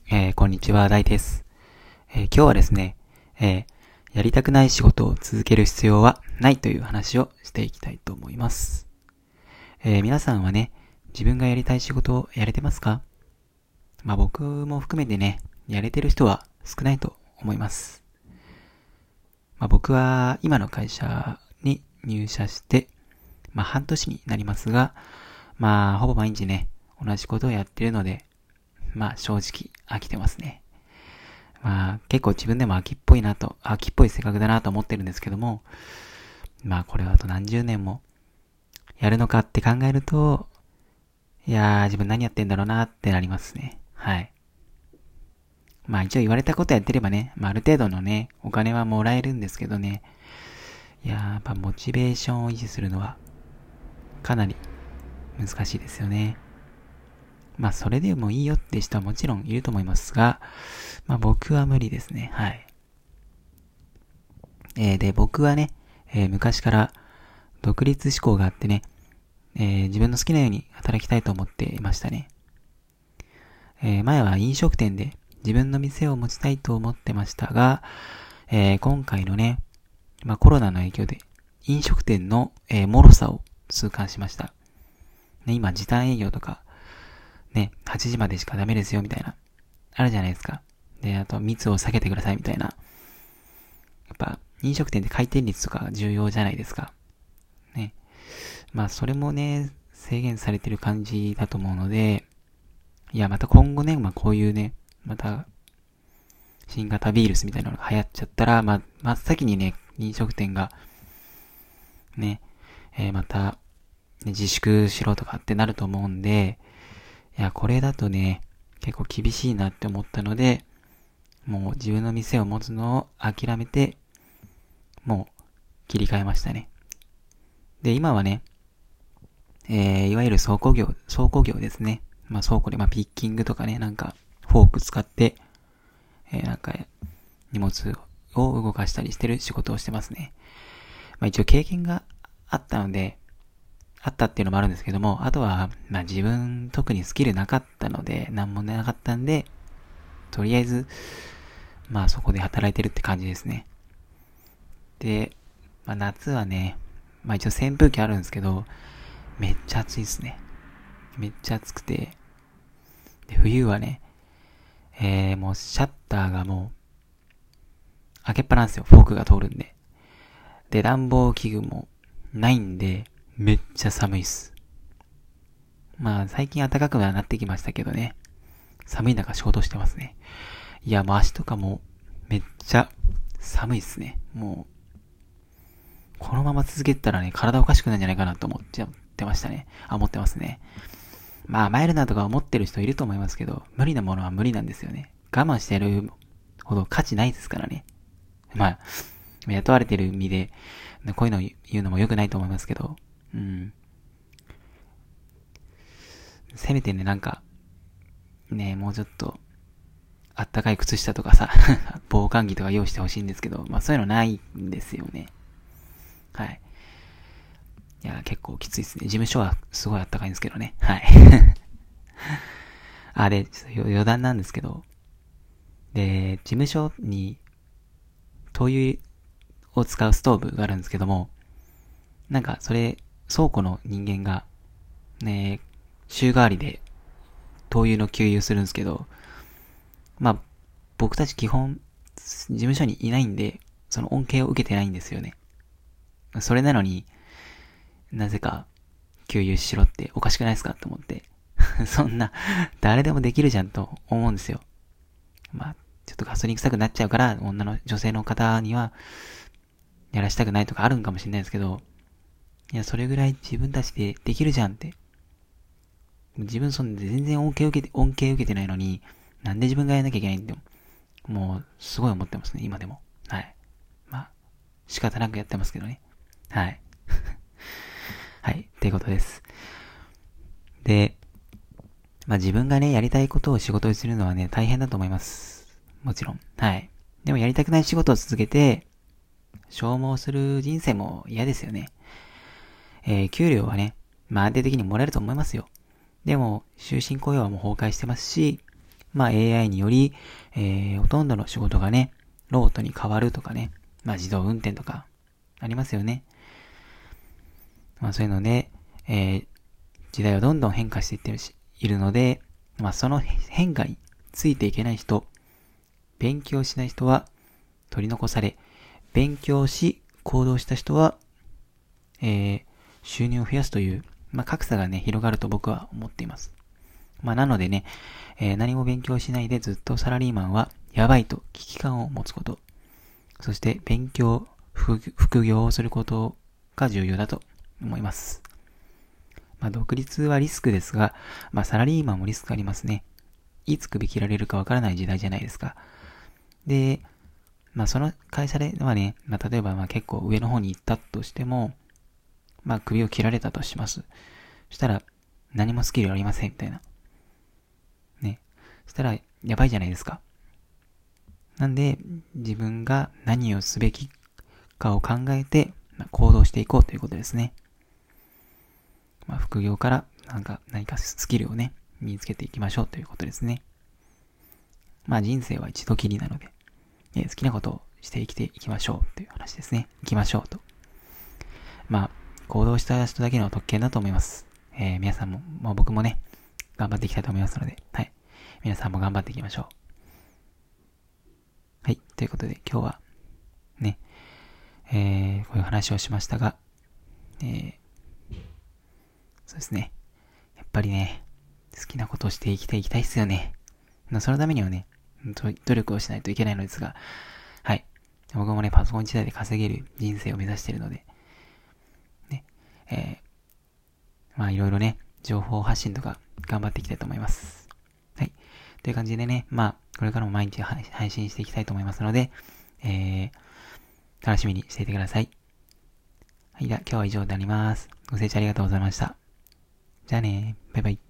こんにちは、大です。今日はですね、やりたくない仕事を続ける必要はないという話をしていきたいと思います。皆さんはね、自分がやりたい仕事をやれてますか？僕も含めてね、やれてる人は少ないと思います。僕は今の会社に入社して、半年になりますが、ほぼ毎日ね、同じことをやってるので、正直飽きてますね。結構自分でも飽きっぽい性格だなと思ってるんですけども、これはあと何十年もやるのかって考えると、自分何やってんだろうなってなりますね。はい。一応言われたことやってればね、ある程度のね、お金はもらえるんですけどね、やっぱモチベーションを維持するのはかなり難しいですよね。それでもいいよって人はもちろんいると思いますが、僕は無理ですね。はい。で、僕はね、昔から独立志向があってね、自分の好きなように働きたいと思っていましたね。前は飲食店で自分の店を持ちたいと思ってましたが、今回のね、コロナの影響で飲食店の、脆さを痛感しました。ね、今時短営業とか、ね、8時までしかダメですよみたいな、あるじゃないですか。で、あと密を避けてくださいみたいな。やっぱ飲食店って回転率とか重要じゃないですか。ね。それもね、制限されてる感じだと思うので、また今後ね、こういうね、また、新型ウイルスみたいなのが流行っちゃったら、真っ先にね、飲食店が、ね、また、ね、自粛しろとかってなると思うんで、これだとね、結構厳しいなって思ったので、もう自分の店を持つのを諦めて、もう切り替えましたね。で、今はね、いわゆる倉庫業ですね。倉庫で、ピッキングとかね、フォーク使って、荷物を動かしたりしてる仕事をしてますね。一応経験があったので、あったっていうのもあるんですけども、あとは、自分特にスキルなかったので、なんもなかったんで、とりあえず、そこで働いてるって感じですね。で、夏はね、一応扇風機あるんですけど、めっちゃ暑いですね。めっちゃ暑くて、で、冬はね、もうシャッターがもう、開けっぱなんですよ。フォークが通るんで。で、暖房器具もないんで、めっちゃ寒いっす。最近暖かくはなってきましたけどね。寒い中仕事してますね。もう足とかもめっちゃ寒いっすね。もう、このまま続けてたらね、体おかしくなるんじゃないかなと思ってましたね。思ってますね。マイルナとか思ってる人いると思いますけど、無理なものは無理なんですよね。我慢してやるほど価値ないですからね。雇われてる身で、こういうの言うのも良くないと思いますけど、せめてね、もうちょっと、あったかい靴下とかさ、防寒着とか用意してほしいんですけど、そういうのないんですよね。はい。結構きついですね。事務所はすごいあったかいんですけどね。はい。で、ちょっと余談なんですけど、で、事務所に、灯油を使うストーブがあるんですけども、それ、倉庫の人間が、ね、週替わりで灯油の給油するんですけど、僕たち基本、事務所にいないんで、その恩恵を受けてないんですよね。それなのに、なぜか、給油しろっておかしくないですかと思って。そんな、誰でもできるじゃんと思うんですよ。ちょっとガソリン臭くなっちゃうから、女性の方には、やらしたくないとかあるんかもしれないですけど、それぐらい自分たちでできるじゃんって。自分そんで全然恩恵受けてないのに、なんで自分がやらなきゃいけないんだよ。もう、すごい思ってますね、今でも。はい。仕方なくやってますけどね。はい。はい、っていうことです。で、自分がね、やりたいことを仕事にするのはね、大変だと思います。もちろん。はい。でもやりたくない仕事を続けて、消耗する人生も嫌ですよね。給料はね、安定的にもらえると思いますよ。でも、終身雇用はもう崩壊してますし、 AI により、ほとんどの仕事がね、ロボットに変わるとかね、自動運転とか、ありますよね。そういうので、時代はどんどん変化しているので、その変化についていけない人、勉強しない人は取り残され、勉強し行動した人は、収入を増やすという、格差がね、広がると僕は思っています。なのでね、何も勉強しないでずっとサラリーマンはやばいと危機感を持つこと、そして勉強、副業をすることが重要だと思います。独立はリスクですが、サラリーマンもリスクありますね。いつ首切られるかわからない時代じゃないですか。で、その会社ではね、例えば結構上の方に行ったとしても、首を切られたとします。そしたら、何もスキルありません、みたいな。ね。そしたら、やばいじゃないですか。なんで、自分が何をすべきかを考えて、行動していこうということですね。副業から何かスキルをね、身につけていきましょうということですね。人生は一度きりなので、好きなことをして生きていきましょうという話ですね。行きましょうと。行動した人だけの特権だと思います。皆さんも、僕もね、頑張っていきたいと思いますので、はい。皆さんも頑張っていきましょう。はい。ということで、今日は、ね、こういう話をしましたが、そうですね。やっぱりね、好きなことをして生きていきたいっすよね。そのためにはね、努力をしないといけないのですが、はい。僕もね、パソコン1台で稼げる人生を目指しているので、ね、いろいろね、情報発信とか頑張っていきたいと思います。はい。という感じでね、これからも毎日配信していきたいと思いますので、楽しみにしていてください。はい。では、今日は以上になります。ご清聴ありがとうございました。じゃあね、バイバイ。